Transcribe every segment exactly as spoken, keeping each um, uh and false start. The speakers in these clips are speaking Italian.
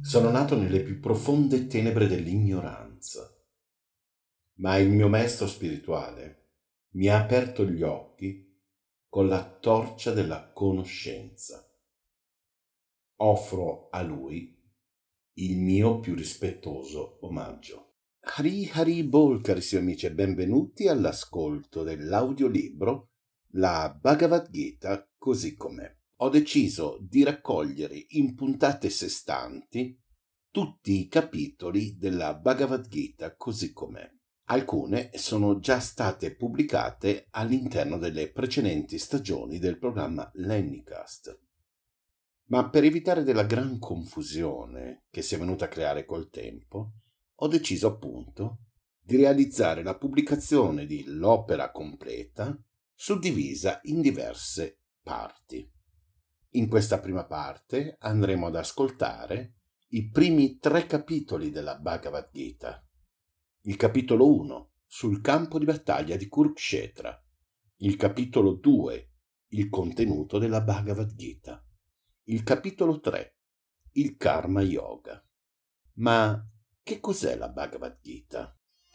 Sono nato nelle più profonde tenebre dell'ignoranza, ma il mio maestro spirituale mi ha aperto gli occhi con la torcia della conoscenza. Offro a lui il mio più rispettoso omaggio. Hari Hari Bol, carissimi amici, e benvenuti all'ascolto dell'audiolibro La Bhagavad Gita così com'è. Ho deciso di raccogliere in puntate sestanti tutti i capitoli della Bhagavad Gita così com'è. Alcune sono già state pubblicate all'interno delle precedenti stagioni del programma Lennycast. Ma per evitare della gran confusione che si è venuta a creare col tempo, ho deciso appunto di realizzare la pubblicazione di l'opera completa suddivisa in diverse parti. In questa prima parte andremo ad ascoltare i primi tre capitoli della Bhagavad Gita. Il capitolo uno, sul campo di battaglia di Kurukshetra. Il capitolo due, il contenuto della Bhagavad Gita. Il capitolo tre, il Karma Yoga. Ma che cos'è la Bhagavad Gita?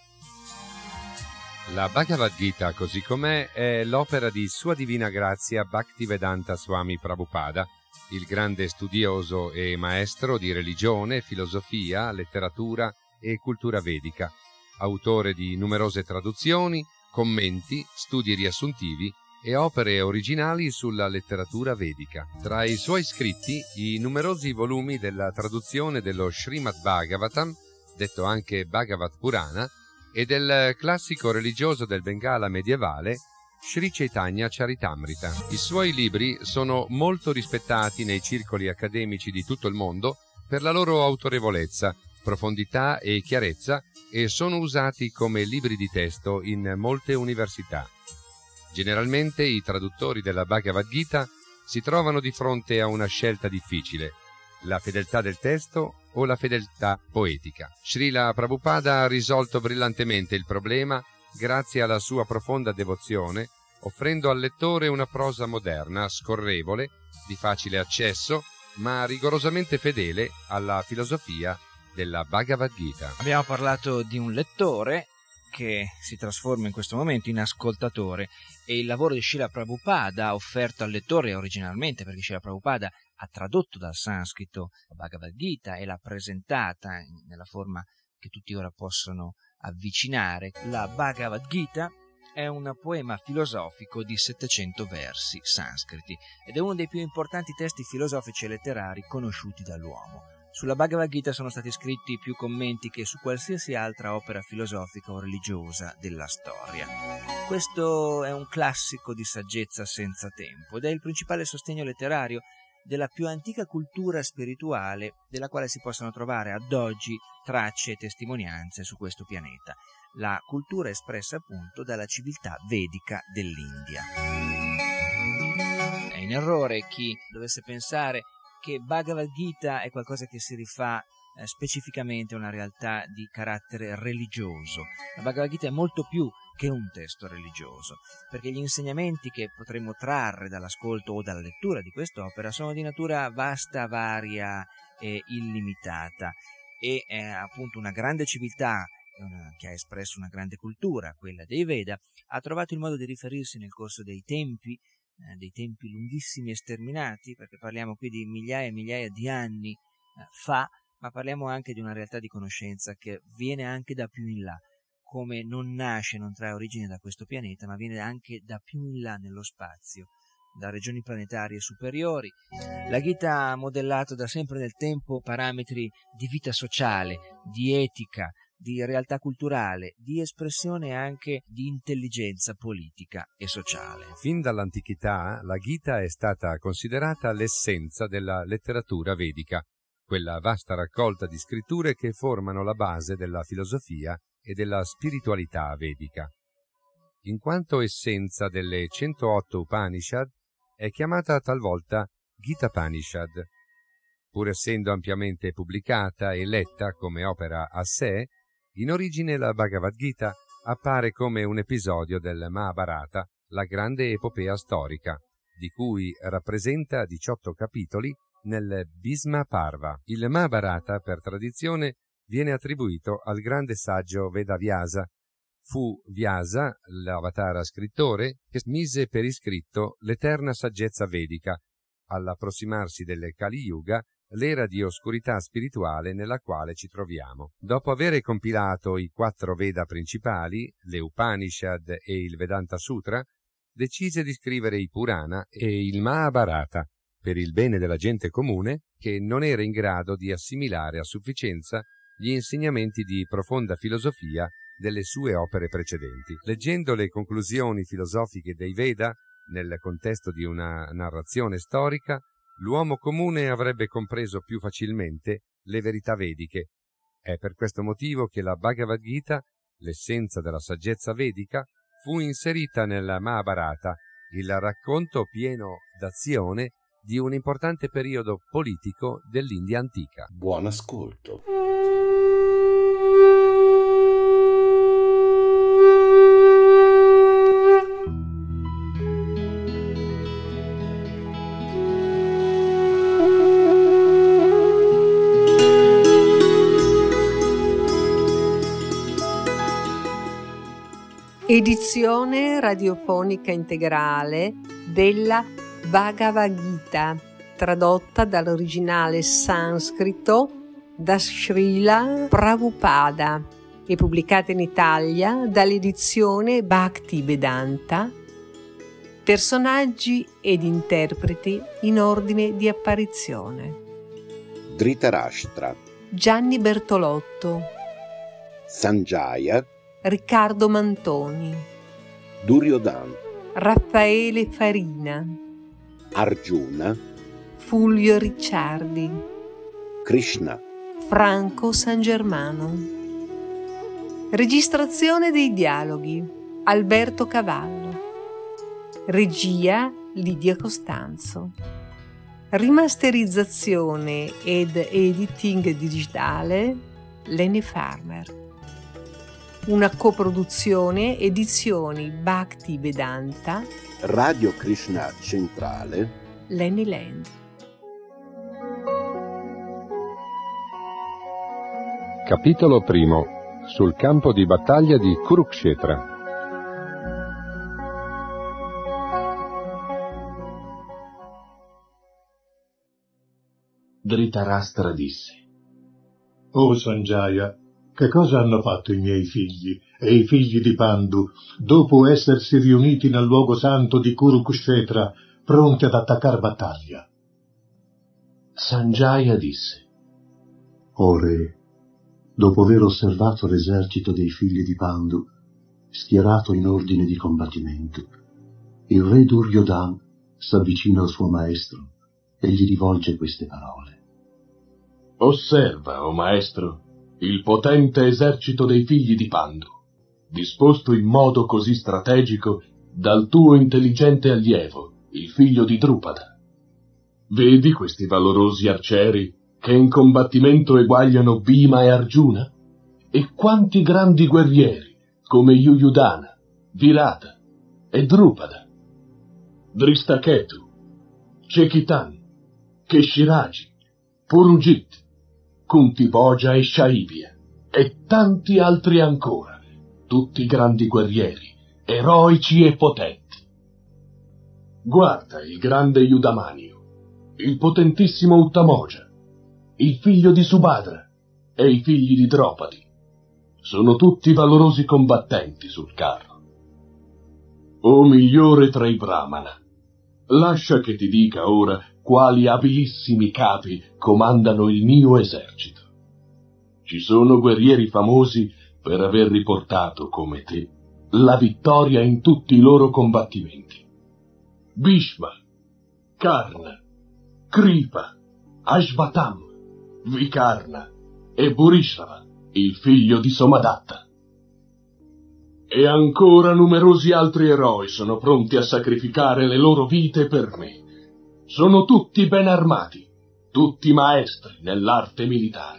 La Bhagavad Gita, così com'è, è l'opera di Sua Divina Grazia Bhaktivedanta Swami Prabhupada, il grande studioso e maestro di religione, filosofia, letteratura e cultura vedica, autore di numerose traduzioni, commenti, studi riassuntivi e opere originali sulla letteratura vedica. Tra i suoi scritti, i numerosi volumi della traduzione dello Srimad Bhagavatam, detto anche Bhagavad Purana, e del classico religioso del Bengala medievale, Sri Chaitanya Charitamrita. I suoi libri sono molto rispettati nei circoli accademici di tutto il mondo per la loro autorevolezza, profondità e chiarezza e sono usati come libri di testo in molte università. Generalmente i traduttori della Bhagavad Gita si trovano di fronte a una scelta difficile: la fedeltà del testo o la fedeltà poetica. Srila Prabhupada ha risolto brillantemente il problema grazie alla sua profonda devozione, offrendo al lettore una prosa moderna, scorrevole, di facile accesso, ma rigorosamente fedele alla filosofia della Bhagavad Gita. Abbiamo parlato di un lettore che si trasforma in questo momento in ascoltatore, e il lavoro di Srila Prabhupada offerto al lettore originalmente, perché Srila Prabhupada ha tradotto dal sanscrito la Bhagavad Gita e l'ha presentata nella forma che tutti ora possono avvicinare. La Bhagavad Gita è un poema filosofico di settecento versi sanscriti ed è uno dei più importanti testi filosofici e letterari conosciuti dall'uomo. Sulla Bhagavad Gita sono stati scritti più commenti che su qualsiasi altra opera filosofica o religiosa della storia. Questo è un classico di saggezza senza tempo ed è il principale sostegno letterario della più antica cultura spirituale della quale si possono trovare ad oggi tracce e testimonianze su questo pianeta, la cultura espressa appunto dalla civiltà vedica dell'India. È in errore chi dovesse pensare che Bhagavad Gita è qualcosa che si rifà eh, specificamente a una realtà di carattere religioso. La Bhagavad Gita è molto più che un testo religioso, perché gli insegnamenti che potremmo trarre dall'ascolto o dalla lettura di quest'opera sono di natura vasta, varia e illimitata, e eh, appunto una grande civiltà una, che ha espresso una grande cultura, quella dei Veda, ha trovato il modo di riferirsi nel corso dei tempi Eh, dei tempi lunghissimi e sterminati, perché parliamo qui di migliaia e migliaia di anni eh, fa, ma parliamo anche di una realtà di conoscenza che viene anche da più in là, come non nasce, non trae origine da questo pianeta, ma viene anche da più in là nello spazio, da regioni planetarie superiori. La Gita ha modellato da sempre nel tempo parametri di vita sociale, di etica, di realtà culturale, di espressione anche di intelligenza politica e sociale. Fin dall'antichità la Gita è stata considerata l'essenza della letteratura vedica, quella vasta raccolta di scritture che formano la base della filosofia e della spiritualità vedica. In quanto essenza delle centootto Upanishad, è chiamata talvolta Gitapanishad. Pur essendo ampiamente pubblicata e letta come opera a sé, in origine la Bhagavad Gita appare come un episodio del Mahabharata, la grande epopea storica, di cui rappresenta diciotto capitoli nel Bhisma Parva. Il Mahabharata, per tradizione, viene attribuito al grande saggio Vedavyasa. Fu Vyasa, l'avatara scrittore, che mise per iscritto l'eterna saggezza vedica, all'approssimarsi del Kali Yuga, l'era di oscurità spirituale nella quale ci troviamo. Dopo aver compilato i quattro Veda principali, le Upanishad e il Vedanta Sutra, decise di scrivere i Purana e il Mahabharata, per il bene della gente comune che non era in grado di assimilare a sufficienza gli insegnamenti di profonda filosofia delle sue opere precedenti. Leggendo le conclusioni filosofiche dei Veda, nel contesto di una narrazione storica, l'uomo comune avrebbe compreso più facilmente le verità vediche. È per questo motivo che la Bhagavad Gita, l'essenza della saggezza vedica, fu inserita nella Mahabharata, il racconto pieno d'azione di un importante periodo politico dell'India antica. Buon ascolto. Edizione radiofonica integrale della Bhagavad Gita, tradotta dall'originale sanscrito da Srila Prabhupada e pubblicata in Italia dall'edizione Bhaktivedanta. Personaggi ed interpreti in ordine di apparizione: Dhritarashtra, Gianni Bertolotto, Sanjaya, Riccardo Mantoni, Duryodhana, Raffaele Farina, Arjuna, Fulvio Ricciardi, Krishna, Franco San Germano. Registrazione dei dialoghi: Alberto Cavallo. Regia: Lidia Costanzo. Rimasterizzazione ed editing digitale: Lene Farmer. Una coproduzione Edizioni Bhaktivedanta, Radio Krishna Centrale, Lenny Land. Capitolo primo. Sul campo di battaglia di Kurukshetra. Dhritarashtra disse: O Sanjaya, che cosa hanno fatto i miei figli e i figli di Pandu dopo essersi riuniti nel luogo santo di Kurukshetra, pronti ad attaccar battaglia? Sanjaya disse: O re, dopo aver osservato l'esercito dei figli di Pandu, schierato in ordine di combattimento, il re Duryodhana s'avvicina al suo maestro e gli rivolge queste parole. Osserva, o maestro, il potente esercito dei figli di Pandu, disposto in modo così strategico dal tuo intelligente allievo, il figlio di Drupada. Vedi questi valorosi arcieri che in combattimento eguagliano Bhima e Arjuna? E quanti grandi guerrieri, come Yuyudhana, Virata e Drupada, Dristaketu, Cekitan, Keshiraji, Purujit, Kuntiboja e Shaibya, e tanti altri ancora, tutti grandi guerrieri, eroici e potenti. Guarda il grande Yudamanio, il potentissimo Uttamoja, il figlio di Subhadra e i figli di Draupadi. Sono tutti valorosi combattenti sul carro. O migliore tra i Brahmana, lascia che ti dica ora quali abilissimi capi comandano il mio esercito. Ci sono guerrieri famosi per aver riportato, come te, la vittoria in tutti i loro combattimenti. Bhishma, Karna, Kripa, Ashvatam, Vikarna e Bhurishrava, il figlio di Somadatta. E ancora numerosi altri eroi sono pronti a sacrificare le loro vite per me. Sono tutti ben armati, tutti maestri nell'arte militare.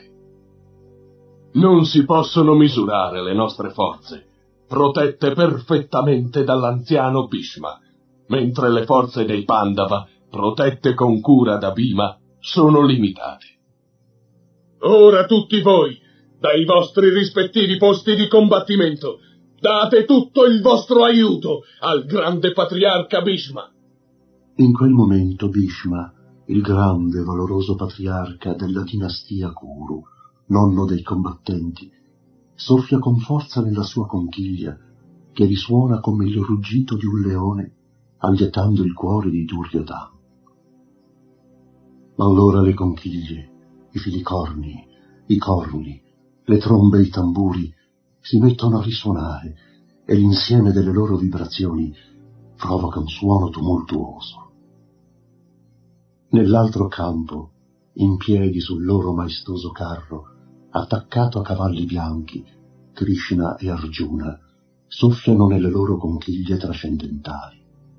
Non si possono misurare le nostre forze, protette perfettamente dall'anziano Bhishma, mentre le forze dei Pandava, protette con cura da Bhima, sono limitati. Ora tutti voi, dai vostri rispettivi posti di combattimento, date tutto il vostro aiuto al grande patriarca Bhishma. In quel momento Bhishma, il grande e valoroso patriarca della dinastia Kuru, nonno dei combattenti, soffia con forza nella sua conchiglia, che risuona come il ruggito di un leone, allietando il cuore di Duryodhana. Allora le conchiglie, i filicorni, i corni, le trombe e i tamburi si mettono a risuonare e l'insieme delle loro vibrazioni provoca un suono tumultuoso. Nell'altro campo, in piedi sul loro maestoso carro, attaccato a cavalli bianchi, Krishna e Arjuna soffiano nelle loro conchiglie trascendentali.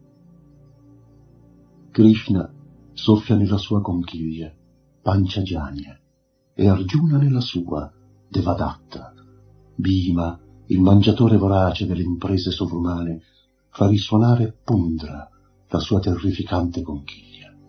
Krishna soffia nella sua conchiglia, Panchajanya, e Arjuna nella sua, Devadatta. Bhima, il mangiatore vorace delle imprese sovrumane, fa risuonare Pundra, la sua terrificante conchiglia.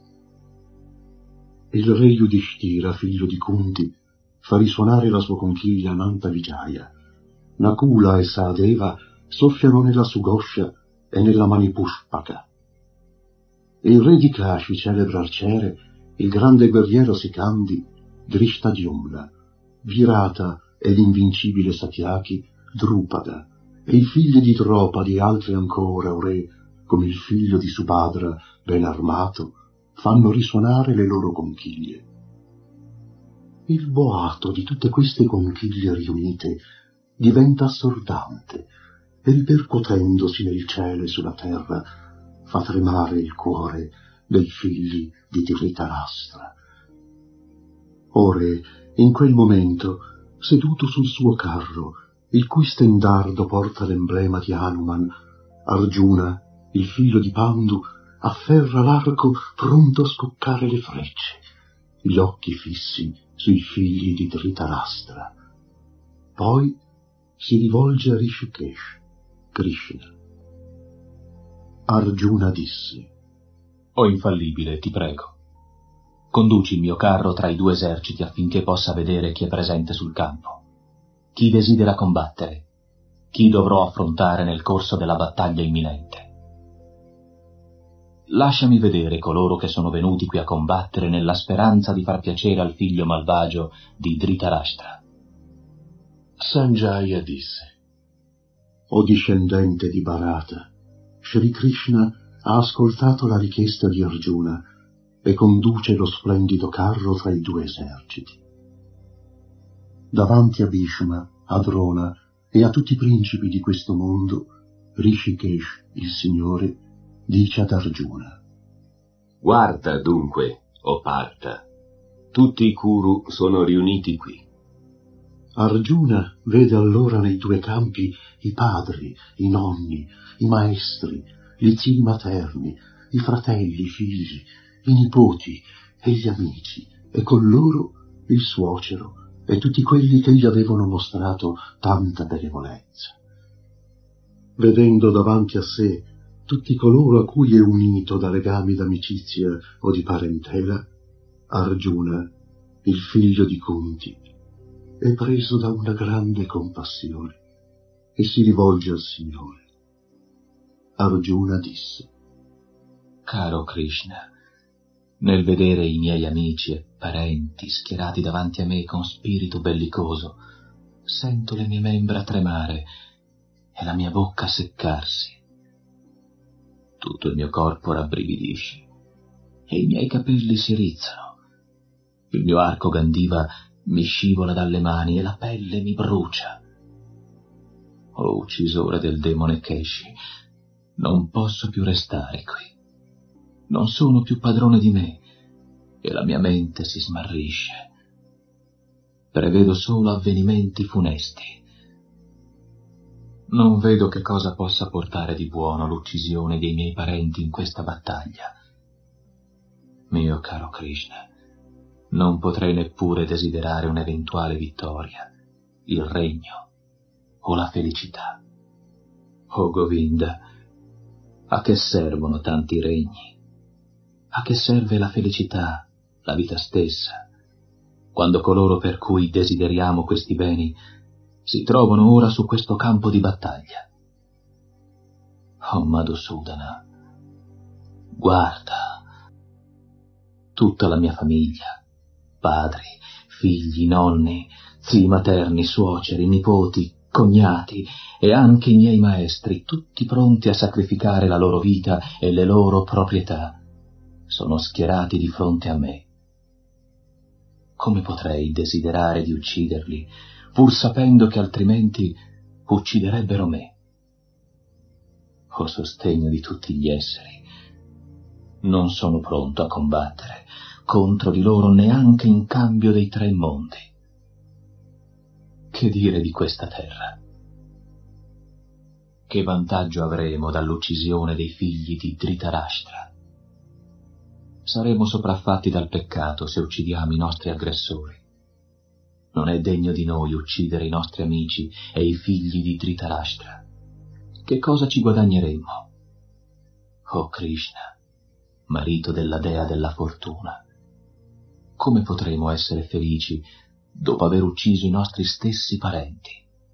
Il re Yudhishthira, figlio di Kunti, fa risuonare la sua conchiglia Ananta Vijaya. Nakula e Sahadeva soffiano nella Sugosha e nella Manipushpaka. Il re di Kashi, celebre arciere, il grande guerriero Sikandi, Drishtadyumna, Virata e l'invincibile Satyaki, Drupada, e i figli di Dropadi e altri ancora, o re, come il figlio di Subhadra, ben armato, fanno risuonare le loro conchiglie. Il boato di tutte queste conchiglie riunite diventa assordante e, ripercuotendosi nel cielo e sulla terra, fa tremare il cuore dei figli di Dhritarashtra. O re, in quel momento, seduto sul suo carro, il cui stendardo porta l'emblema di Hanuman, Arjuna, il figlio di Pandu, afferra l'arco pronto a scoccare le frecce, gli occhi fissi sui figli di Dhritarashtra. Poi si rivolge a Rishikesh, Krishna. Arjuna disse: O infallibile, ti prego, conduci il mio carro tra i due eserciti affinché possa vedere chi è presente sul campo, chi desidera combattere, chi dovrò affrontare nel corso della battaglia imminente. Lasciami vedere coloro che sono venuti qui a combattere nella speranza di far piacere al figlio malvagio di Dhritarashtra. Sanjaya disse: O discendente di Bharata, Shri Krishna ha ascoltato la richiesta di Arjuna e conduce lo splendido carro tra i due eserciti. Davanti a Bhishma, a Drona e a tutti i principi di questo mondo, Rishikesh, il Signore, dice ad Arjuna: Guarda dunque, o Partha, tutti i Kuru sono riuniti qui. Arjuna vede allora nei due campi i padri, i nonni, i maestri, gli zii materni, i fratelli, i figli, i nipoti e gli amici, e con loro il suocero e tutti quelli che gli avevano mostrato tanta benevolenza. Vedendo davanti a sé tutti coloro a cui è unito da legami d'amicizia o di parentela, Arjuna, il figlio di Kunti, è preso da una grande compassione e si rivolge al Signore. Arjuna disse: Caro Krishna, nel vedere i miei amici e parenti schierati davanti a me con spirito bellicoso, sento le mie membra tremare e la mia bocca seccarsi. Tutto il mio corpo rabbrividisce e i miei capelli si rizzano. Il mio arco Gandiva mi scivola dalle mani e la pelle mi brucia. O uccisore del demone Keshi, non posso più restare qui. Non sono più padrone di me e la mia mente si smarrisce. Prevedo solo avvenimenti funesti. Non vedo che cosa possa portare di buono l'uccisione dei miei parenti in questa battaglia. Mio caro Krishna, non potrei neppure desiderare un'eventuale vittoria, il regno o la felicità. O Govinda, a che servono tanti regni? A che serve la felicità, la vita stessa, quando coloro per cui desideriamo questi beni si trovano ora su questo campo di battaglia. Oh Madhusudana, guarda, tutta la mia famiglia, padri, figli, nonni, zii materni, suoceri, nipoti, cognati e anche i miei maestri, tutti pronti a sacrificare la loro vita e le loro proprietà, sono schierati di fronte a me. Come potrei desiderare di ucciderli, pur sapendo che altrimenti ucciderebbero me? O sostegno di tutti gli esseri, non sono pronto a combattere contro di loro neanche in cambio dei tre mondi. Che dire di questa terra? Che vantaggio avremo dall'uccisione dei figli di Dhritarashtra? Saremo sopraffatti dal peccato se uccidiamo i nostri aggressori. Non è degno di noi uccidere i nostri amici e i figli di Dhritarashtra. Che cosa ci guadagneremmo? Oh Krishna, marito della dea della fortuna, come potremo essere felici dopo aver ucciso i nostri stessi parenti?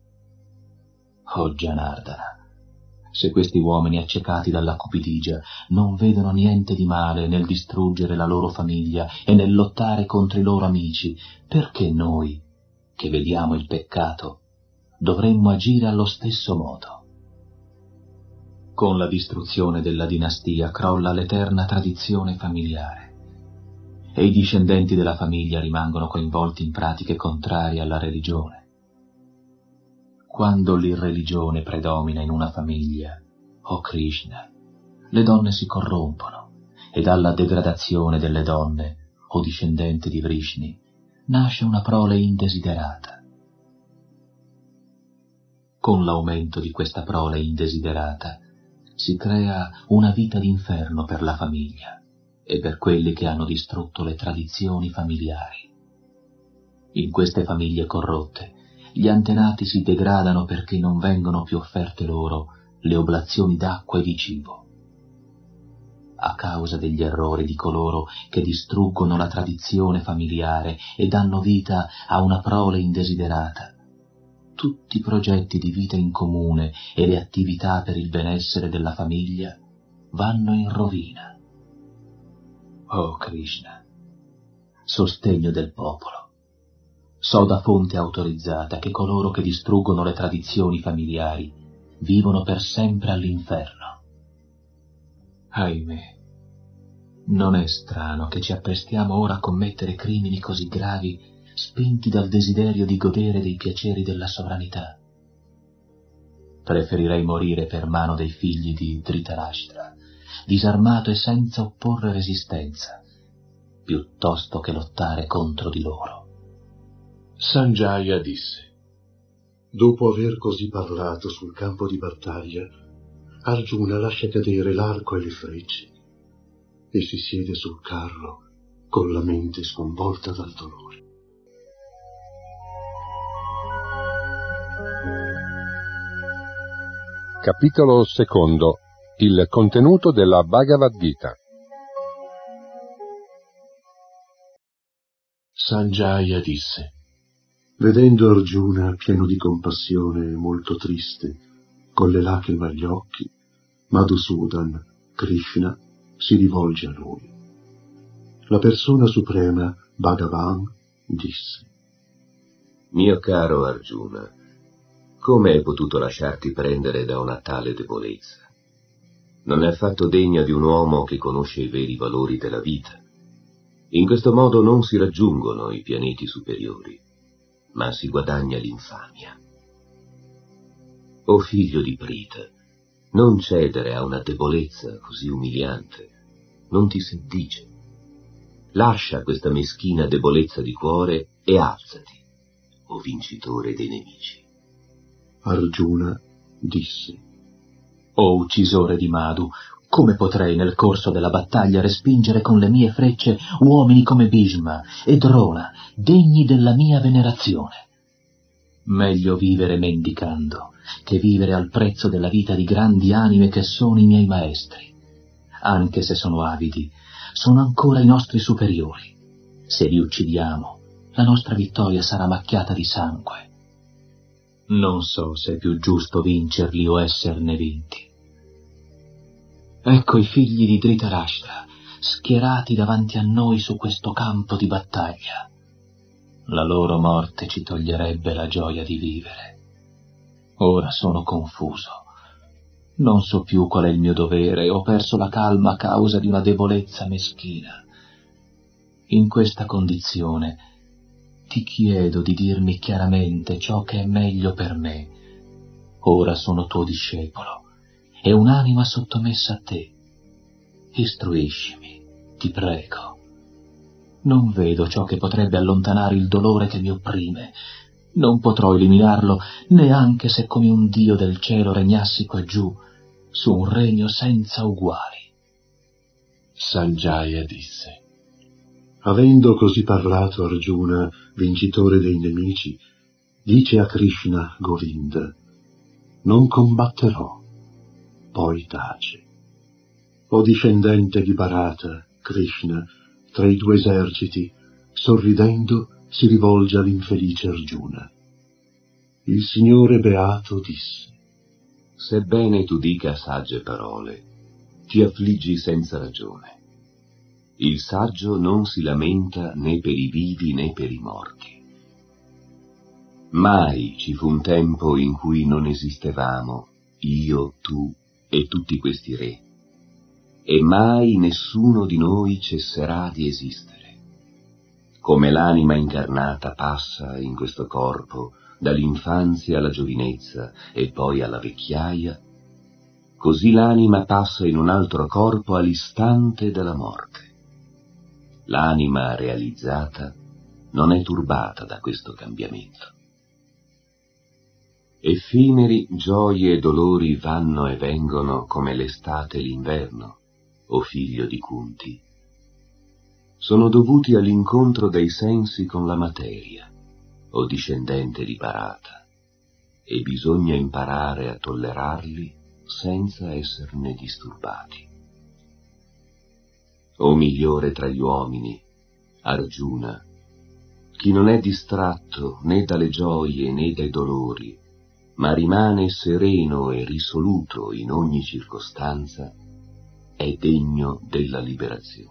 Oh Janardana, se questi uomini accecati dalla cupidigia non vedono niente di male nel distruggere la loro famiglia e nel lottare contro i loro amici, perché noi, che vediamo il peccato, dovremmo agire allo stesso modo? Con la distruzione della dinastia crolla l'eterna tradizione familiare e i discendenti della famiglia rimangono coinvolti in pratiche contrarie alla religione. Quando l'irreligione predomina in una famiglia, oh Krishna, le donne si corrompono e dalla degradazione delle donne, o discendenti di Vrishni, nasce una prole indesiderata. Con l'aumento di questa prole indesiderata si crea una vita d'inferno per la famiglia e per quelli che hanno distrutto le tradizioni familiari. In queste famiglie corrotte, gli antenati si degradano perché non vengono più offerte loro le oblazioni d'acqua e di cibo. A causa degli errori di coloro che distruggono la tradizione familiare e danno vita a una prole indesiderata, tutti i progetti di vita in comune e le attività per il benessere della famiglia vanno in rovina. Oh Krishna, sostegno del popolo, so da fonte autorizzata che coloro che distruggono le tradizioni familiari vivono per sempre all'inferno. Ahimè, non è strano che ci apprestiamo ora a commettere crimini così gravi, spinti dal desiderio di godere dei piaceri della sovranità. Preferirei morire per mano dei figli di Dhritarashtra, disarmato e senza opporre resistenza, piuttosto che lottare contro di loro. Sanjaya disse: Dopo aver così parlato sul campo di battaglia, Arjuna lascia cadere l'arco e le frecce e si siede sul carro con la mente sconvolta dal dolore. Capitolo secondo. Il contenuto della Bhagavad Gita. Sanjaya disse: Vedendo Arjuna pieno di compassione e molto triste, con le lacrime agli occhi, Madhusudan, Krishna, si rivolge a lui. La persona suprema, Bhagavan, disse: Mio caro Arjuna, come hai potuto lasciarti prendere da una tale debolezza? Non è affatto degna di un uomo che conosce i veri valori della vita. In questo modo non si raggiungono i pianeti superiori, ma si guadagna l'infamia. O figlio di Prita, non cedere a una debolezza così umiliante, non ti seddice. Lascia questa meschina debolezza di cuore e alzati, o vincitore dei nemici. Arjuna disse: O uccisore di Madhu, come potrei nel corso della battaglia respingere con le mie frecce uomini come Bhishma e Drona, degni della mia venerazione? Meglio vivere mendicando che vivere al prezzo della vita di grandi anime che sono i miei maestri. Anche se sono avidi, sono ancora i nostri superiori. Se li uccidiamo, la nostra vittoria sarà macchiata di sangue. Non so se è più giusto vincerli o esserne vinti. Ecco i figli di Dhritarashtra, schierati davanti a noi su questo campo di battaglia. La loro morte ci toglierebbe la gioia di vivere. Ora sono confuso. Non so più qual è il mio dovere, ho perso la calma a causa di una debolezza meschina. In questa condizione ti chiedo di dirmi chiaramente ciò che è meglio per me. Ora sono tuo discepolo e un'anima sottomessa a te. Istruiscimi, ti prego. Non vedo ciò che potrebbe allontanare il dolore che mi opprime. Non potrò eliminarlo neanche se come un dio del cielo regnassi qua giù, su un regno senza uguali. Sanjaya disse: Avendo così parlato Arjuna, vincitore dei nemici, dice a Krishna Govinda: non combatterò. Poi tace. O discendente di Bharata, Krishna, tra i due eserciti, sorridendo, si rivolge all'infelice Arjuna. Il Signore Beato disse: sebbene tu dica sagge parole, ti affliggi senza ragione. Il saggio non si lamenta né per i vivi né per i morti. Mai ci fu un tempo in cui non esistevamo, io, tu e tutti questi re, e mai nessuno di noi cesserà di esistere. Come l'anima incarnata passa in questo corpo dall'infanzia alla giovinezza e poi alla vecchiaia, così l'anima passa in un altro corpo all'istante della morte. L'anima realizzata non è turbata da questo cambiamento. Effimeri gioie e dolori vanno e vengono come l'estate e l'inverno, o figlio di Kunti. Sono dovuti all'incontro dei sensi con la materia, o discendente di Bharata, e bisogna imparare a tollerarli senza esserne disturbati. O migliore tra gli uomini, Arjuna, chi non è distratto né dalle gioie né dai dolori, ma rimane sereno e risoluto in ogni circostanza, è degno della liberazione.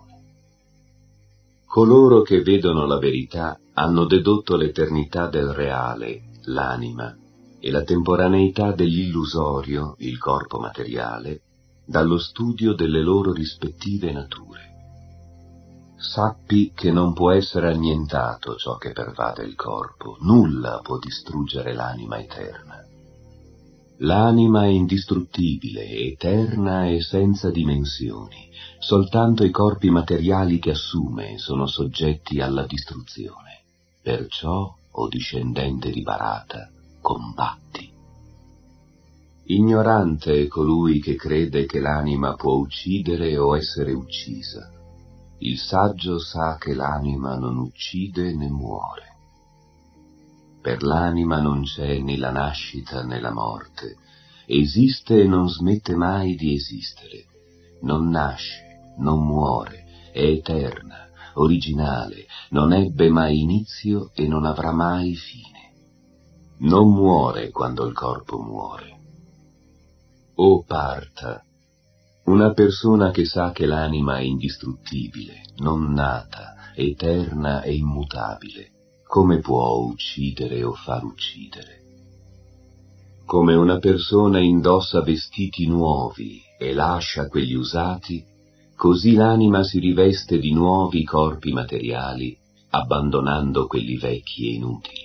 Coloro che vedono la verità hanno dedotto l'eternità del reale, l'anima, e la temporaneità dell'illusorio, il corpo materiale, dallo studio delle loro rispettive nature. Sappi che non può essere annientato ciò che pervade il corpo, nulla può distruggere l'anima eterna. L'anima è indistruttibile, eterna e senza dimensioni, soltanto i corpi materiali che assume sono soggetti alla distruzione. Perciò, o discendente di Bharata, combatti. Ignorante è colui che crede che l'anima può uccidere o essere uccisa. Il saggio sa che l'anima non uccide né muore. Per l'anima non c'è né la nascita né la morte, esiste e non smette mai di esistere, non nasce, non muore, è eterna, originale, non ebbe mai inizio e non avrà mai fine. Non muore quando il corpo muore. O Partha, una persona che sa che l'anima è indistruttibile, non nata, eterna e immutabile, come può uccidere o far uccidere? Come una persona indossa vestiti nuovi e lascia quelli usati, così l'anima si riveste di nuovi corpi materiali, abbandonando quelli vecchi e inutili.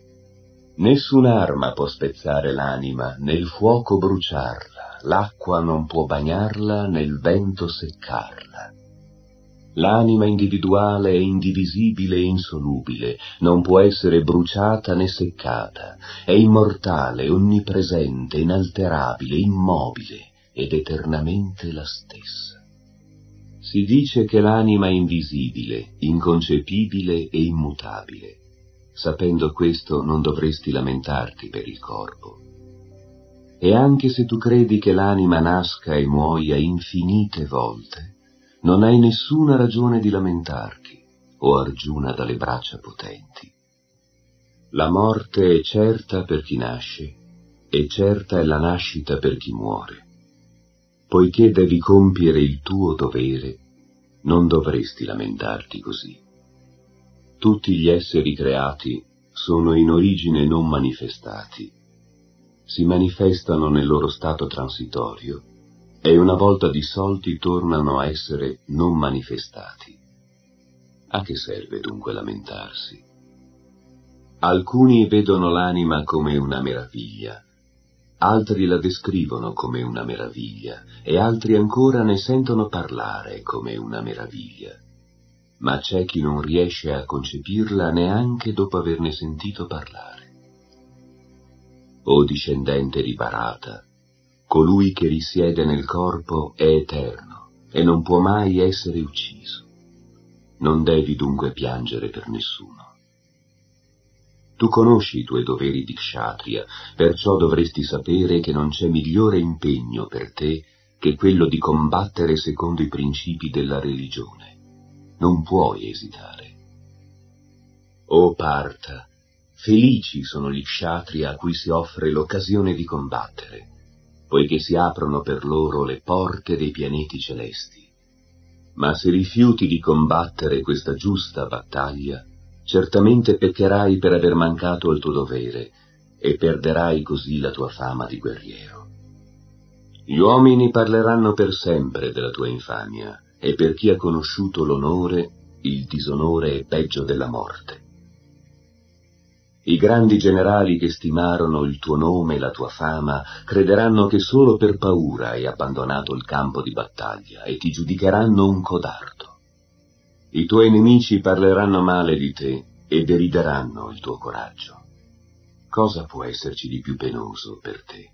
Nessun'arma può spezzare l'anima, né il fuoco bruciarla, l'acqua non può bagnarla, né il vento seccarla. L'anima individuale è indivisibile e insolubile, non può essere bruciata né seccata, è immortale, onnipresente, inalterabile, immobile ed eternamente la stessa. Si dice che l'anima è invisibile, inconcepibile e immutabile. Sapendo questo non dovresti lamentarti per il corpo. E anche se tu credi che l'anima nasca e muoia infinite volte, non hai nessuna ragione di lamentarti, o Arjuna, dalle braccia potenti. La morte è certa per chi nasce, e certa è la nascita per chi muore. Poiché devi compiere il tuo dovere, non dovresti lamentarti così. Tutti gli esseri creati sono in origine non manifestati. Si manifestano nel loro stato transitorio e una volta dissolti tornano a essere non manifestati. A che serve dunque lamentarsi? Alcuni vedono l'anima come una meraviglia, altri la descrivono come una meraviglia e altri ancora ne sentono parlare come una meraviglia. Ma c'è chi non riesce a concepirla neanche dopo averne sentito parlare. O discendente di Bharata, colui che risiede nel corpo è eterno e non può mai essere ucciso. Non devi dunque piangere per nessuno. Tu conosci i tuoi doveri di kshatriya, perciò dovresti sapere che non c'è migliore impegno per te che quello di combattere secondo i principi della religione. Non puoi esitare. O Partha, felici sono gli kshatriya a cui si offre l'occasione di combattere, poiché si aprono per loro le porte dei pianeti celesti. Ma se rifiuti di combattere questa giusta battaglia, certamente peccherai per aver mancato al tuo dovere e perderai così la tua fama di guerriero. Gli uomini parleranno per sempre della tua infamia, e per chi ha conosciuto l'onore, il disonore è peggio della morte. I grandi generali che stimarono il tuo nome e la tua fama crederanno che solo per paura hai abbandonato il campo di battaglia e ti giudicheranno un codardo. I tuoi nemici parleranno male di te e derideranno il tuo coraggio. Cosa può esserci di più penoso per te?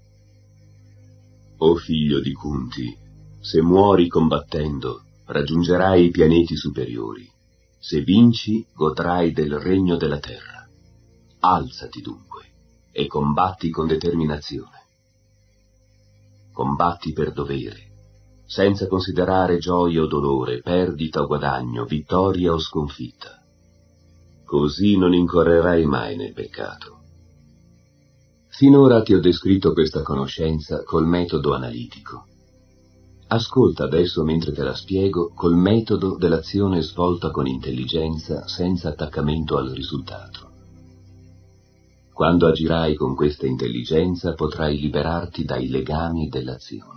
O figlio di Kunti, se muori combattendo, raggiungerai i pianeti superiori. Se vinci, godrai del regno della terra. Alzati dunque e combatti con determinazione. Combatti per dovere, senza considerare gioia o dolore, perdita o guadagno, vittoria o sconfitta. Così non incorrerai mai nel peccato. Finora ti ho descritto questa conoscenza col metodo analitico. Ascolta adesso, mentre te la spiego, col metodo dell'azione svolta con intelligenza senza attaccamento al risultato. Quando agirai con questa intelligenza potrai liberarti dai legami dell'azione.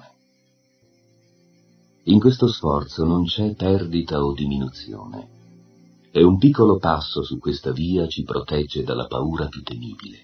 In questo sforzo non c'è perdita o diminuzione, e un piccolo passo su questa via ci protegge dalla paura più temibile.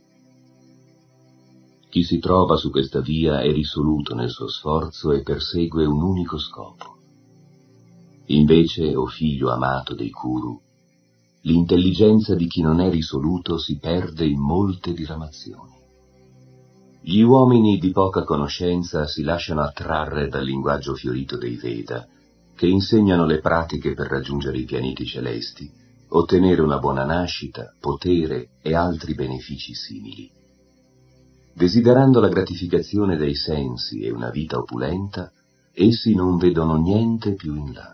Chi si trova su questa via è risoluto nel suo sforzo e persegue un unico scopo. Invece, o figlio amato dei Kuru, l'intelligenza di chi non è risoluto si perde in molte diramazioni. Gli uomini di poca conoscenza si lasciano attrarre dal linguaggio fiorito dei Veda, che insegnano le pratiche per raggiungere i pianeti celesti, ottenere una buona nascita, potere e altri benefici simili. Desiderando la gratificazione dei sensi e una vita opulenta, essi non vedono niente più in là.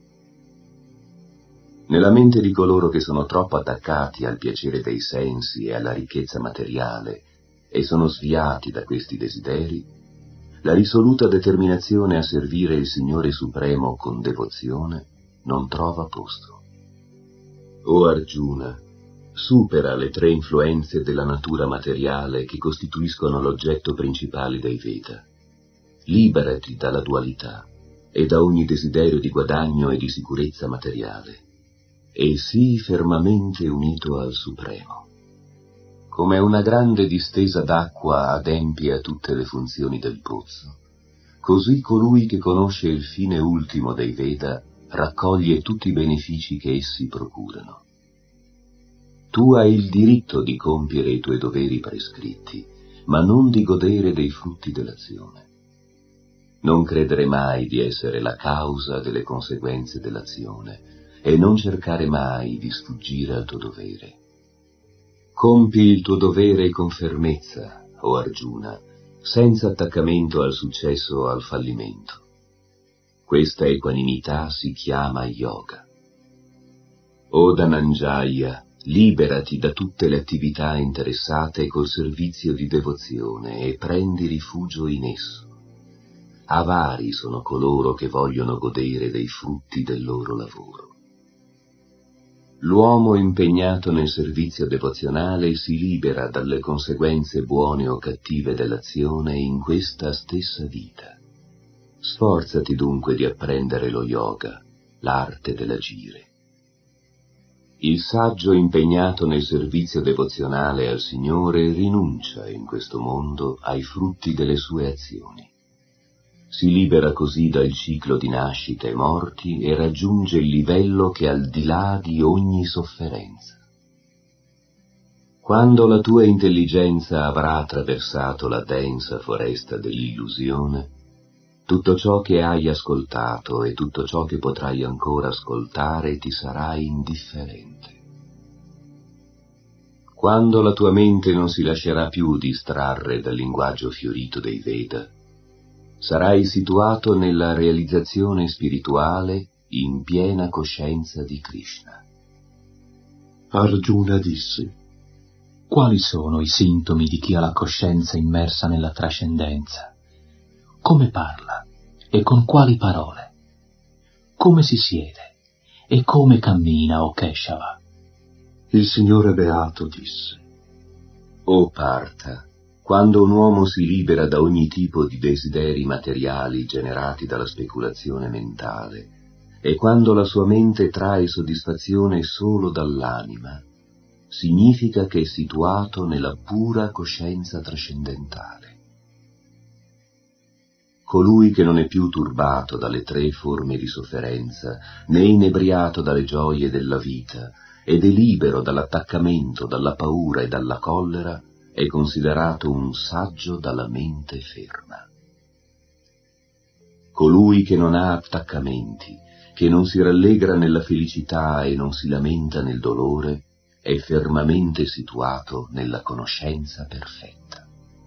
Nella mente di coloro che sono troppo attaccati al piacere dei sensi e alla ricchezza materiale e sono sviati da questi desideri, la risoluta determinazione a servire il Signore Supremo con devozione non trova posto. O Arjuna, supera le tre influenze della natura materiale che costituiscono l'oggetto principale dei Veda. Liberati dalla dualità e da ogni desiderio di guadagno e di sicurezza materiale, e sii fermamente unito al Supremo. Come una grande distesa d'acqua adempie a tutte le funzioni del pozzo, così colui che conosce il fine ultimo dei Veda raccoglie tutti i benefici che essi procurano. Tu hai il diritto di compiere i tuoi doveri prescritti, ma non di godere dei frutti dell'azione. Non credere mai di essere la causa delle conseguenze dell'azione e non cercare mai di sfuggire al tuo dovere. Compi il tuo dovere con fermezza, o Arjuna, senza attaccamento al successo o al fallimento. Questa equanimità si chiama yoga. O Dhananjaya, liberati da tutte le attività interessate col servizio di devozione e prendi rifugio in esso. Avari sono coloro che vogliono godere dei frutti del loro lavoro. L'uomo impegnato nel servizio devozionale si libera dalle conseguenze buone o cattive dell'azione in questa stessa vita. Sforzati dunque di apprendere lo yoga, l'arte dell'agire. Il saggio impegnato nel servizio devozionale al Signore rinuncia in questo mondo ai frutti delle sue azioni. Si libera così dal ciclo di nascite e morti e raggiunge il livello che è al di là di ogni sofferenza. Quando la tua intelligenza avrà attraversato la densa foresta dell'illusione, tutto ciò che hai ascoltato e tutto ciò che potrai ancora ascoltare ti sarà indifferente. Quando la tua mente non si lascerà più distrarre dal linguaggio fiorito dei Veda, sarai situato nella realizzazione spirituale in piena coscienza di Krishna. Arjuna disse: quali sono i sintomi di chi ha la coscienza immersa nella trascendenza? Come parla e con quali parole? Come si siede e come cammina, o Keshava? Il Signore Beato disse: O Partha, quando un uomo si libera da ogni tipo di desideri materiali generati dalla speculazione mentale, e quando la sua mente trae soddisfazione solo dall'anima, significa che è situato nella pura coscienza trascendentale. Colui che non è più turbato dalle tre forme di sofferenza, né inebriato dalle gioie della vita, ed è libero dall'attaccamento, dalla paura e dalla collera, è considerato un saggio dalla mente ferma. Colui che non ha attaccamenti, che non si rallegra nella felicità e non si lamenta nel dolore, è fermamente situato nella conoscenza perfetta.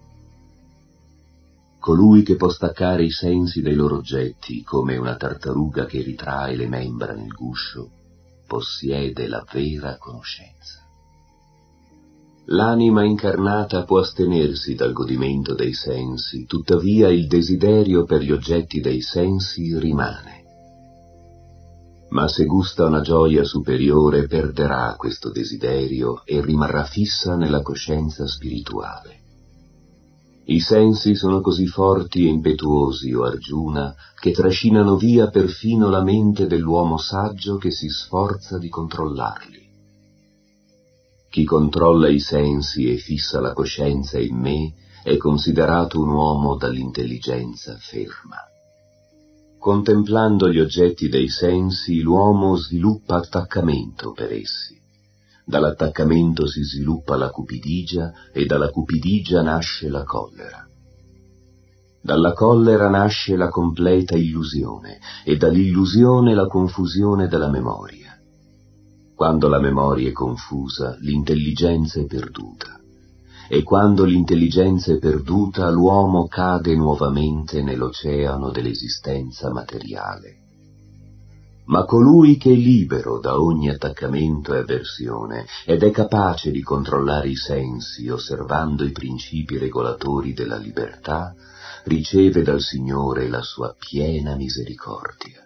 Colui che può staccare i sensi dai loro oggetti, come una tartaruga che ritrae le membra nel guscio, possiede la vera conoscenza. L'anima incarnata può astenersi dal godimento dei sensi, tuttavia il desiderio per gli oggetti dei sensi rimane. Ma se gusta una gioia superiore, perderà questo desiderio e rimarrà fissa nella coscienza spirituale. I sensi sono così forti e impetuosi, o Arjuna, che trascinano via perfino la mente dell'uomo saggio che si sforza di controllarli. Chi controlla i sensi e fissa la coscienza in me è considerato un uomo dall'intelligenza ferma. Contemplando gli oggetti dei sensi, l'uomo sviluppa attaccamento per essi. Dall'attaccamento si sviluppa la cupidigia e dalla cupidigia nasce la collera. Dalla collera nasce la completa illusione e dall'illusione la confusione della memoria. Quando la memoria è confusa, l'intelligenza è perduta. E quando l'intelligenza è perduta, l'uomo cade nuovamente nell'oceano dell'esistenza materiale. Ma colui che è libero da ogni attaccamento e avversione ed è capace di controllare i sensi osservando i principi regolatori della libertà, riceve dal Signore la sua piena misericordia.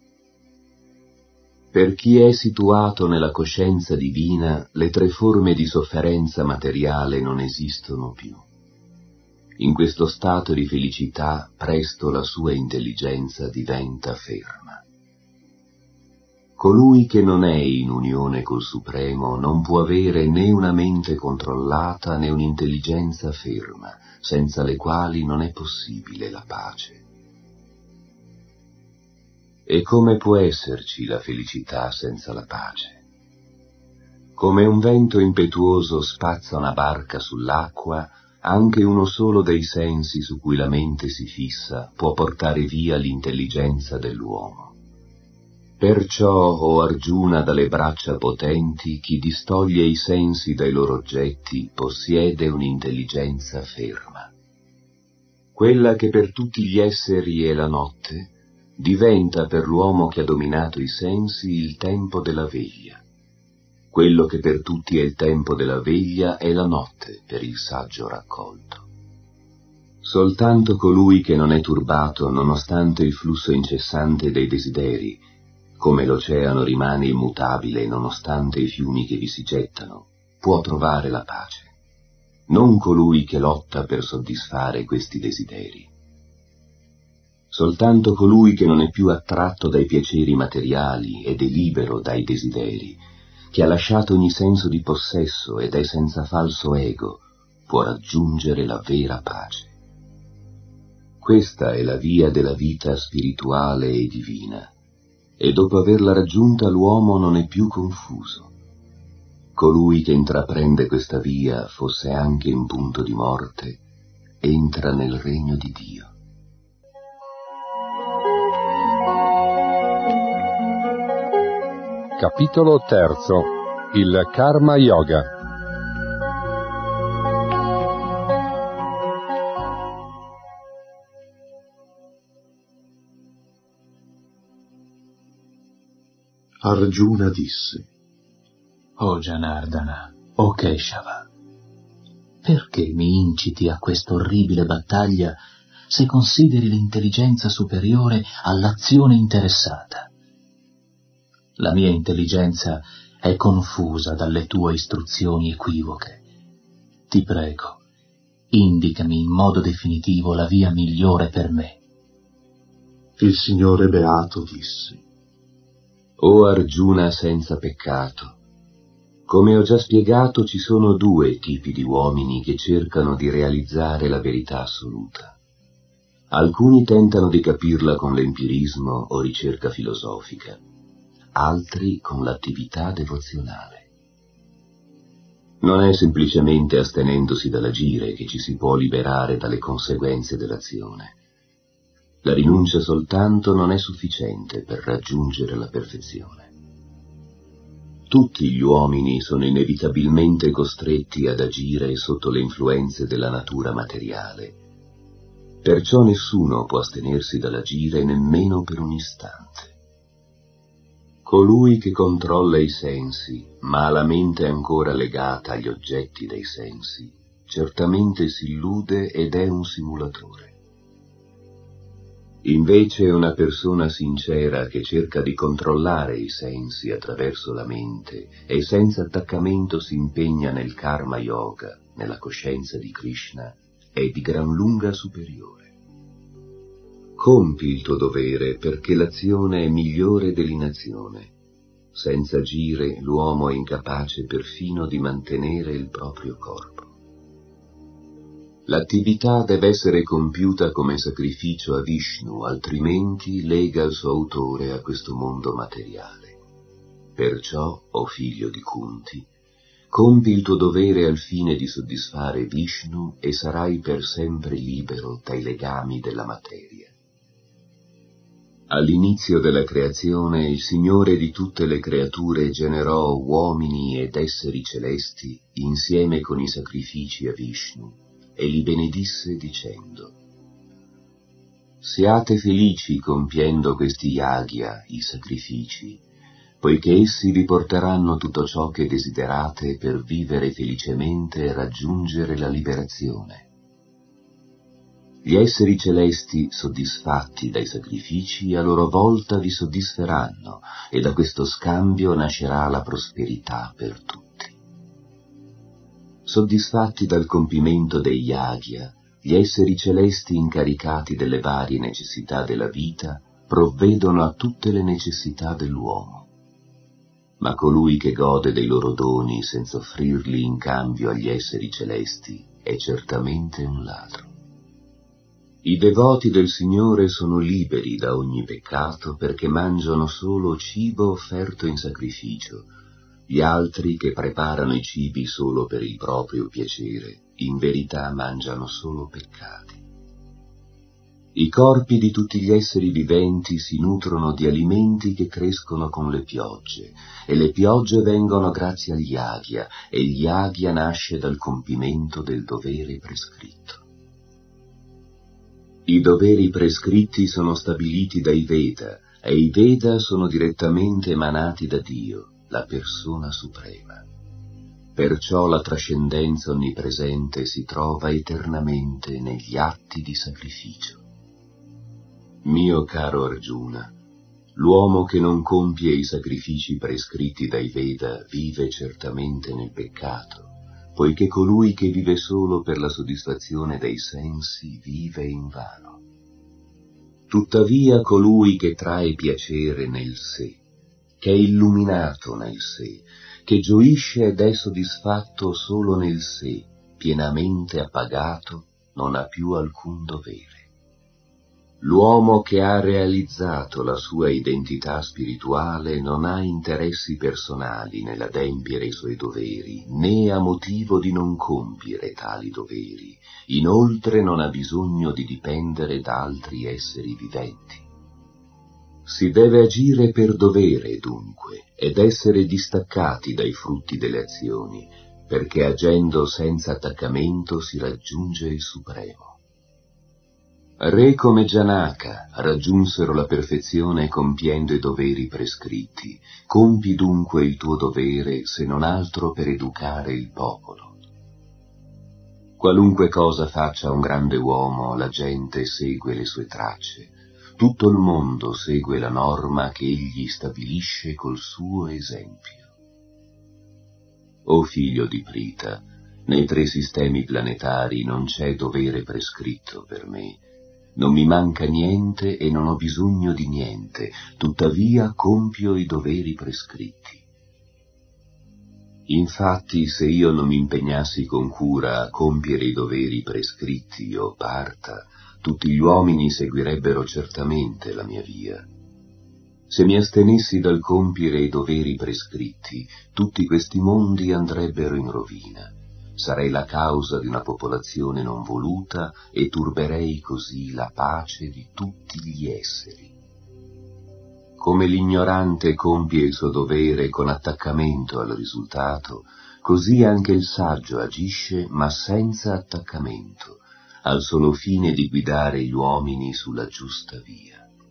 Per chi è situato nella coscienza divina, le tre forme di sofferenza materiale non esistono più. In questo stato di felicità, presto la sua intelligenza diventa ferma. Colui che non è in unione col Supremo non può avere né una mente controllata né un'intelligenza ferma, senza le quali non è possibile la pace. E come può esserci la felicità senza la pace? Come un vento impetuoso spazza una barca sull'acqua, anche uno solo dei sensi su cui la mente si fissa può portare via l'intelligenza dell'uomo. Perciò, o Arjuna, dalle braccia potenti, chi distoglie i sensi dai loro oggetti possiede un'intelligenza ferma. Quella che per tutti gli esseri è la notte, diventa per l'uomo che ha dominato i sensi il tempo della veglia, quello che per tutti è il tempo della veglia è la notte per il saggio raccolto. Soltanto colui che non è turbato nonostante il flusso incessante dei desideri, come l'oceano rimane immutabile nonostante i fiumi che vi si gettano, può trovare la pace. Non colui che lotta per soddisfare questi desideri. Soltanto colui che non è più attratto dai piaceri materiali ed è libero dai desideri, che ha lasciato ogni senso di possesso ed è senza falso ego, può raggiungere la vera pace. Questa è la via della vita spirituale e divina, e dopo averla raggiunta l'uomo non è più confuso. Colui che intraprende questa via, fosse anche in punto di morte, entra nel regno di Dio. Capitolo terzo. Il Karma Yoga. Arjuna disse: O Janardana, o Keshava, perché mi inciti a questa orribile battaglia se consideri l'intelligenza superiore all'azione interessata? La mia intelligenza è confusa dalle tue istruzioni equivoche. Ti prego, indicami in modo definitivo la via migliore per me. Il Signore Beato disse: O Arjuna senza peccato, come ho già spiegato ci sono due tipi di uomini che cercano di realizzare la verità assoluta. Alcuni tentano di capirla con l'empirismo o ricerca filosofica, altri con l'attività devozionale. Non è semplicemente astenendosi dall'agire che ci si può liberare dalle conseguenze dell'azione. La rinuncia soltanto non è sufficiente per raggiungere la perfezione. Tutti gli uomini sono inevitabilmente costretti ad agire sotto le influenze della natura materiale. Perciò nessuno può astenersi dall'agire nemmeno per un istante. Colui che controlla i sensi, ma ha la mente ancora legata agli oggetti dei sensi, certamente si illude ed è un simulatore. Invece una persona sincera che cerca di controllare i sensi attraverso la mente e senza attaccamento si impegna nel Karma Yoga, nella coscienza di Krishna, è di gran lunga superiore. Compi il tuo dovere perché l'azione è migliore dell'inazione. Senza agire l'uomo è incapace perfino di mantenere il proprio corpo. L'attività deve essere compiuta come sacrificio a Vishnu, altrimenti lega il suo autore a questo mondo materiale. Perciò, o figlio di Kunti, compi il tuo dovere al fine di soddisfare Vishnu e sarai per sempre libero dai legami della materia. All'inizio della creazione il Signore di tutte le creature generò uomini ed esseri celesti insieme con i sacrifici a Vishnu e li benedisse dicendo: siate felici compiendo questi yagya, i sacrifici, poiché essi vi porteranno tutto ciò che desiderate per vivere felicemente e raggiungere la liberazione. Gli esseri celesti, soddisfatti dai sacrifici, a loro volta vi soddisferanno, e da questo scambio nascerà la prosperità per tutti. Soddisfatti dal compimento dei yagya, gli esseri celesti incaricati delle varie necessità della vita provvedono a tutte le necessità dell'uomo. Ma colui che gode dei loro doni senza offrirli in cambio agli esseri celesti è certamente un ladro. I devoti del Signore sono liberi da ogni peccato perché mangiano solo cibo offerto in sacrificio. Gli altri che preparano i cibi solo per il proprio piacere, in verità mangiano solo peccati. I corpi di tutti gli esseri viventi si nutrono di alimenti che crescono con le piogge, e le piogge vengono grazie agli yagya, e il yagya nasce dal compimento del dovere prescritto. I doveri prescritti sono stabiliti dai Veda, e i Veda sono direttamente emanati da Dio. la persona suprema. Perciò la trascendenza onnipresente si trova eternamente negli atti di sacrificio. Mio caro Arjuna, l'uomo che non compie i sacrifici prescritti dai Veda vive certamente nel peccato, poiché colui che vive solo per la soddisfazione dei sensi vive invano. Tuttavia colui che trae piacere nel sé, che è illuminato nel sé, che gioisce ed è soddisfatto solo nel sé, pienamente appagato, non ha più alcun dovere. L'uomo che ha realizzato la sua identità spirituale non ha interessi personali nell'adempiere i suoi doveri, né ha motivo di non compiere tali doveri, inoltre non ha bisogno di dipendere da altri esseri viventi. Si deve agire per dovere, dunque, ed essere distaccati dai frutti delle azioni, perché agendo senza attaccamento si raggiunge il Supremo. Re come Janaka raggiunsero la perfezione compiendo i doveri prescritti. Compi dunque il tuo dovere, se non altro per educare il popolo. Qualunque cosa faccia un grande uomo, la gente segue le sue tracce. Tutto il mondo segue la norma che egli stabilisce col suo esempio. O figlio di Prita, nei tre sistemi planetari non c'è dovere prescritto per me. Non mi manca niente e non ho bisogno di niente, tuttavia compio i doveri prescritti. Infatti, se io non mi impegnassi con cura a compiere i doveri prescritti, o Partha, tutti gli uomini seguirebbero certamente la mia via. Se mi astenessi dal compiere i doveri prescritti, tutti questi mondi andrebbero in rovina. Sarei la causa di una popolazione non voluta e turberei così la pace di tutti gli esseri. Come l'ignorante compie il suo dovere con attaccamento al risultato, così anche il saggio agisce ma senza attaccamento, al solo fine di guidare gli uomini sulla giusta via.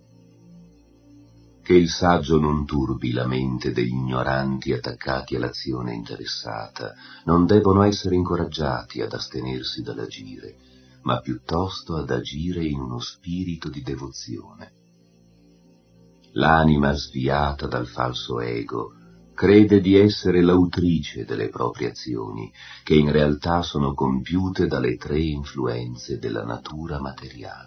Che il saggio non turbi la mente degli ignoranti attaccati all'azione interessata, non devono essere incoraggiati ad astenersi dall'agire, ma piuttosto ad agire in uno spirito di devozione. L'anima sviata dal falso ego crede di essere l'autrice delle proprie azioni, che in realtà sono compiute dalle tre influenze della natura materiale.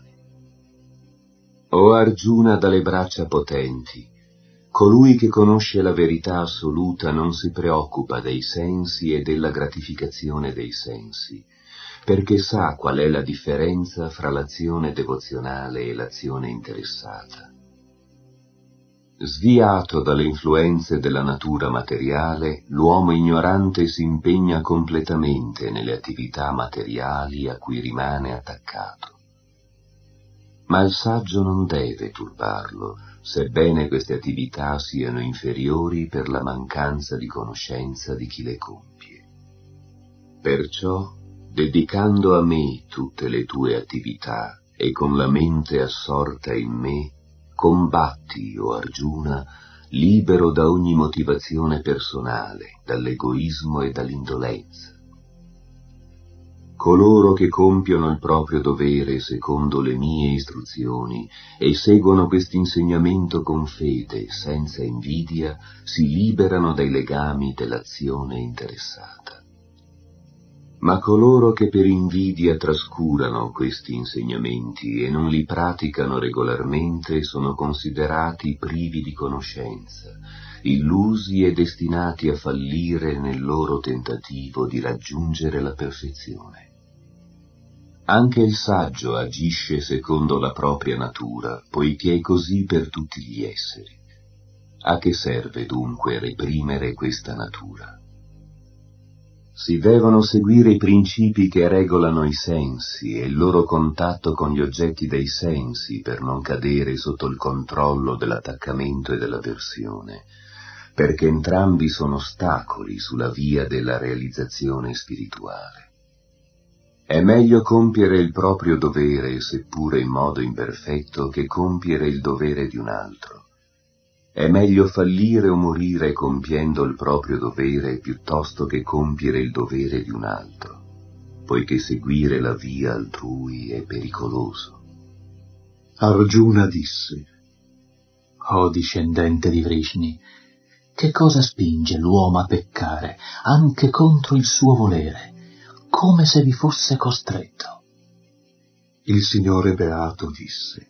O Arjuna dalle braccia potenti, colui che conosce la verità assoluta non si preoccupa dei sensi e della gratificazione dei sensi, perché sa qual è la differenza fra l'azione devozionale e l'azione interessata. Sviato dalle influenze della natura materiale, l'uomo ignorante si impegna completamente nelle attività materiali a cui rimane attaccato. Ma il saggio non deve turbarlo, sebbene queste attività siano inferiori per la mancanza di conoscenza di chi le compie. Perciò, dedicando a me tutte le tue attività e con la mente assorta in me, combatti, o Arjuna, libero da ogni motivazione personale, dall'egoismo e dall'indolenza. Coloro che compiono il proprio dovere secondo le mie istruzioni e seguono quest'insegnamento con fede, senza invidia, si liberano dai legami dell'azione interessata. Ma coloro che per invidia trascurano questi insegnamenti e non li praticano regolarmente sono considerati privi di conoscenza, illusi e destinati a fallire nel loro tentativo di raggiungere la perfezione. Anche il saggio agisce secondo la propria natura, poiché è così per tutti gli esseri. A che serve dunque reprimere questa natura? Si devono seguire i principi che regolano i sensi e il loro contatto con gli oggetti dei sensi per non cadere sotto il controllo dell'attaccamento e dell'avversione, perché entrambi sono ostacoli sulla via della realizzazione spirituale. È meglio compiere il proprio dovere, seppure in modo imperfetto, che compiere il dovere di un altro. È meglio fallire o morire compiendo il proprio dovere piuttosto che compiere il dovere di un altro, poiché seguire la via altrui è pericoloso. Arjuna disse: O discendente di Vrishni, che cosa spinge l'uomo a peccare anche contro il suo volere, come se vi fosse costretto? Il Signore Beato disse: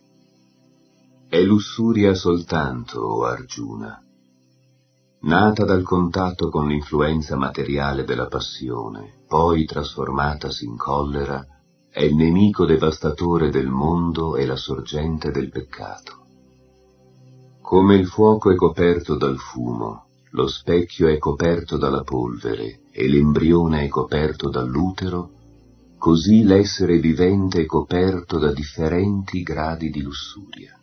È lussuria soltanto, o Arjuna, nata dal contatto con l'influenza materiale della passione, poi trasformatasi in collera, è il nemico devastatore del mondo e la sorgente del peccato. Come il fuoco è coperto dal fumo, lo specchio è coperto dalla polvere e l'embrione è coperto dall'utero, così l'essere vivente è coperto da differenti gradi di lussuria.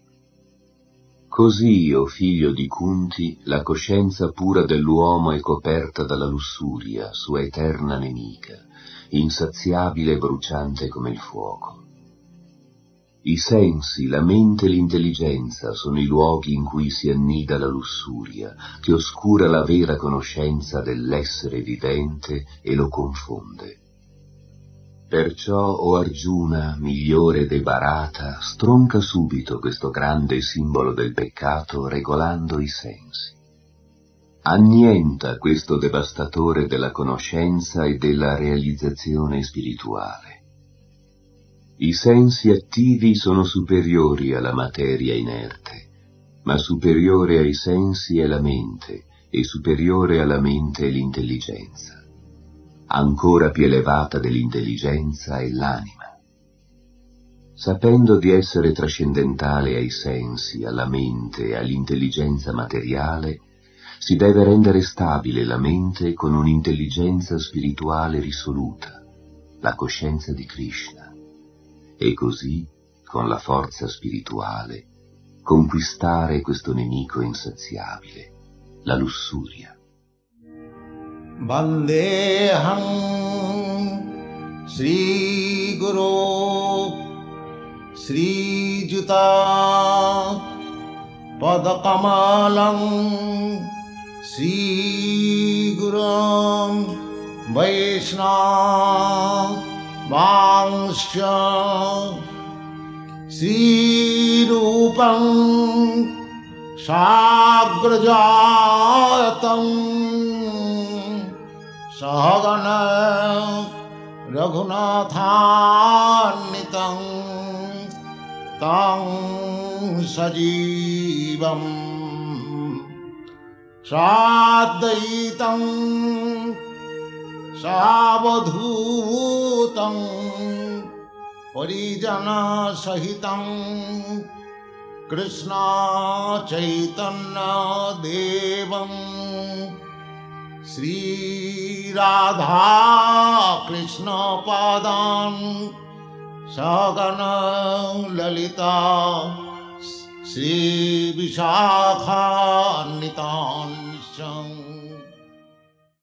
Così, o figlio di Kunti, la coscienza pura dell'uomo è coperta dalla lussuria, sua eterna nemica, insaziabile e bruciante come il fuoco. I sensi, la mente e l'intelligenza sono i luoghi in cui si annida la lussuria, che oscura la vera conoscenza dell'essere vivente e lo confonde. Perciò, o Arjuna, migliore dei Bharata, stronca subito questo grande simbolo del peccato regolando i sensi. Annienta questo devastatore della conoscenza e della realizzazione spirituale. I sensi attivi sono superiori alla materia inerte, ma superiore ai sensi è la mente, e superiore alla mente è l'intelligenza. Ancora più elevata dell'intelligenza è l'anima. Sapendo di essere trascendentale ai sensi, alla mente e all'intelligenza materiale, si deve rendere stabile la mente con un'intelligenza spirituale risoluta, la coscienza di Krishna, e così, con la forza spirituale, conquistare questo nemico insaziabile, la lussuria. Vandeham Sri Guru Sri Juta Padakamalam Sri Gurum Vaishnava Vangsha Sri Rupam Sagrajatam Sahagana Raghunathannitam Tang Sajivam Sadaitam Savadhutam Parijana Sahitam Krishna Chaitanya Devam Sri Radha Krishna Padan Sagana Lalita Sri Vishakha Nitan